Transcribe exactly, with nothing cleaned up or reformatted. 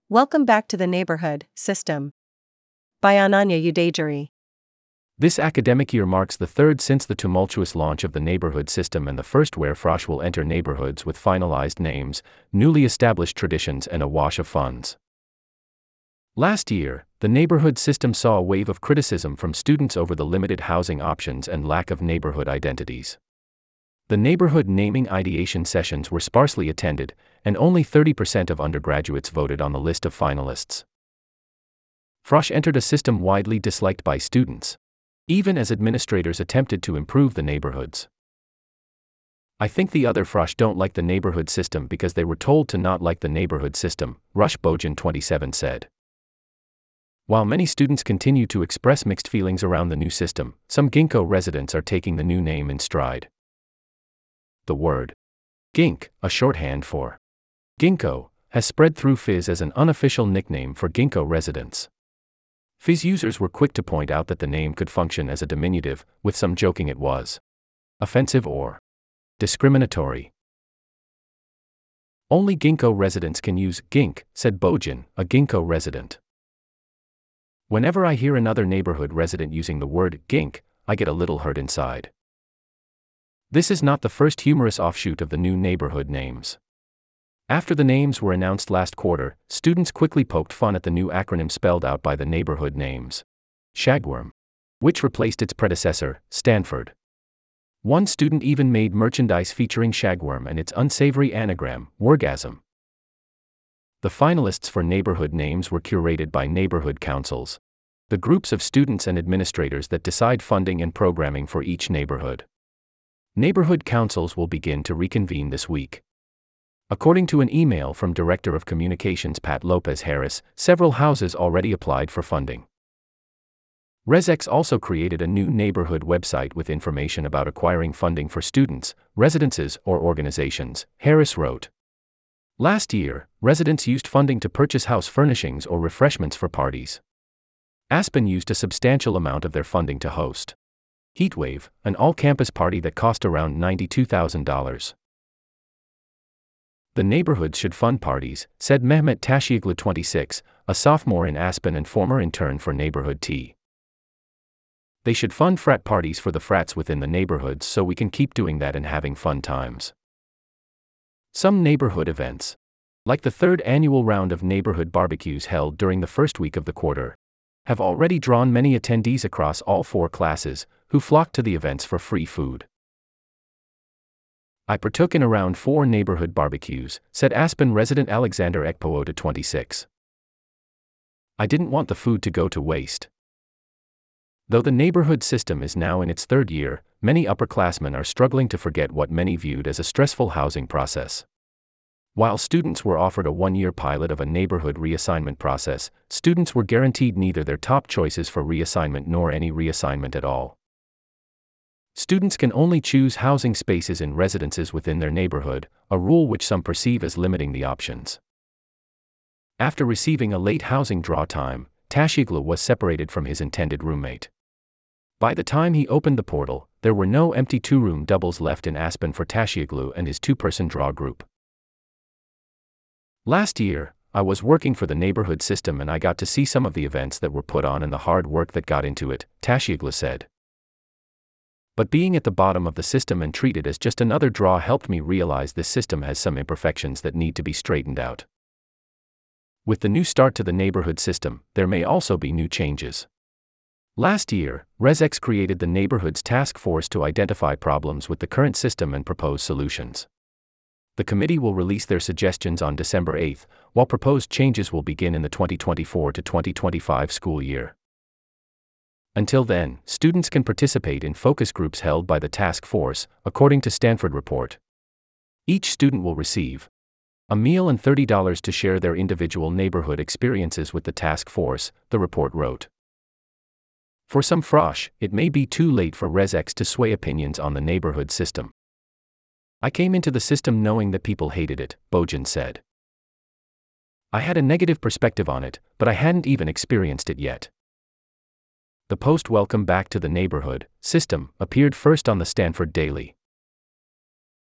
Welcome back to the Neighborhood System by Ananya Udajiri. This academic year marks the third since the tumultuous launch of the neighborhood system and the first where Frosh will enter neighborhoods with finalized names, newly established traditions and a wash of funds. Last year, the neighborhood system saw a wave of criticism from students over the limited housing options and lack of neighborhood identities. The neighborhood naming ideation sessions were sparsely attended, and only thirty percent of undergraduates voted on the list of finalists. Frosh entered a system widely disliked by students, even as administrators attempted to improve the neighborhoods. I think the other Frosh don't like the neighborhood system because they were told to not like the neighborhood system, Rush Bojan twenty-seven said. While many students continue to express mixed feelings around the new system, some Ginkgo residents are taking the new name in stride. The word Gink, a shorthand for Ginkgo, has spread through Fizz as an unofficial nickname for Ginkgo residents. Fizz users were quick to point out that the name could function as a diminutive, with some joking it was offensive or discriminatory. Only Ginkgo residents can use Gink, said Bojan, a Ginkgo resident. Whenever I hear another neighborhood resident using the word Gink, I get a little hurt inside. This is not the first humorous offshoot of the new neighborhood names. After the names were announced last quarter, students quickly poked fun at the new acronym spelled out by the neighborhood names, Shagworm, which replaced its predecessor, Stanford. One student even made merchandise featuring Shagworm and its unsavory anagram, Worgasm. The finalists for neighborhood names were curated by neighborhood councils, the groups of students and administrators that decide funding and programming for each neighborhood. Neighborhood councils will begin to reconvene this week. According to an email from Director of Communications Pat Lopez Harris, several houses already applied for funding. ResX also created a new neighborhood website with information about acquiring funding for students, residences, or organizations, Harris wrote. Last year, residents used funding to purchase house furnishings or refreshments for parties. Aspen used a substantial amount of their funding to host Heatwave, an all-campus party that cost around ninety-two thousand dollars. The neighborhoods should fund parties, said Mehmet Tashioglu twenty-six, a sophomore in Aspen and former intern for Neighborhood T. They should fund frat parties for the frats within the neighborhoods so we can keep doing that and having fun times. Some neighborhood events, like the third annual round of neighborhood barbecues held during the first week of the quarter, have already drawn many attendees across all four classes, who flocked to the events for free food. I partook in around four neighborhood barbecues, said Aspen resident Alexander Ekpoota twenty-six. I didn't want the food to go to waste. Though the neighborhood system is now in its third year, many upperclassmen are struggling to forget what many viewed as a stressful housing process. While students were offered a one-year pilot of a neighborhood reassignment process, students were guaranteed neither their top choices for reassignment nor any reassignment at all. Students can only choose housing spaces in residences within their neighborhood, a rule which some perceive as limiting the options. After receiving a late housing draw time, Tashioglu was separated from his intended roommate. By the time he opened the portal, there were no empty two-room doubles left in Aspen for Tashioglu and his two-person draw group. Last year, I was working for the neighborhood system and I got to see some of the events that were put on and the hard work that got into it, Tashioglu said. But being at the bottom of the system and treated as just another draw helped me realize this system has some imperfections that need to be straightened out. With the new start to the neighborhood system, there may also be new changes. Last year, ResX created the Neighborhoods Task Force to identify problems with the current system and propose solutions. The committee will release their suggestions on December eighth, while proposed changes will begin in the twenty twenty-four to twenty twenty-five school year. Until then, students can participate in focus groups held by the task force, according to Stanford report. Each student will receive a meal and thirty dollars to share their individual neighborhood experiences with the task force, the report wrote. For some Frosh, it may be too late for ResX to sway opinions on the neighborhood system. I came into the system knowing that people hated it, Bojan said. I had a negative perspective on it, but I hadn't even experienced it yet. The post "Welcome Back to the Neighborhood System" appeared first on the Stanford Daily.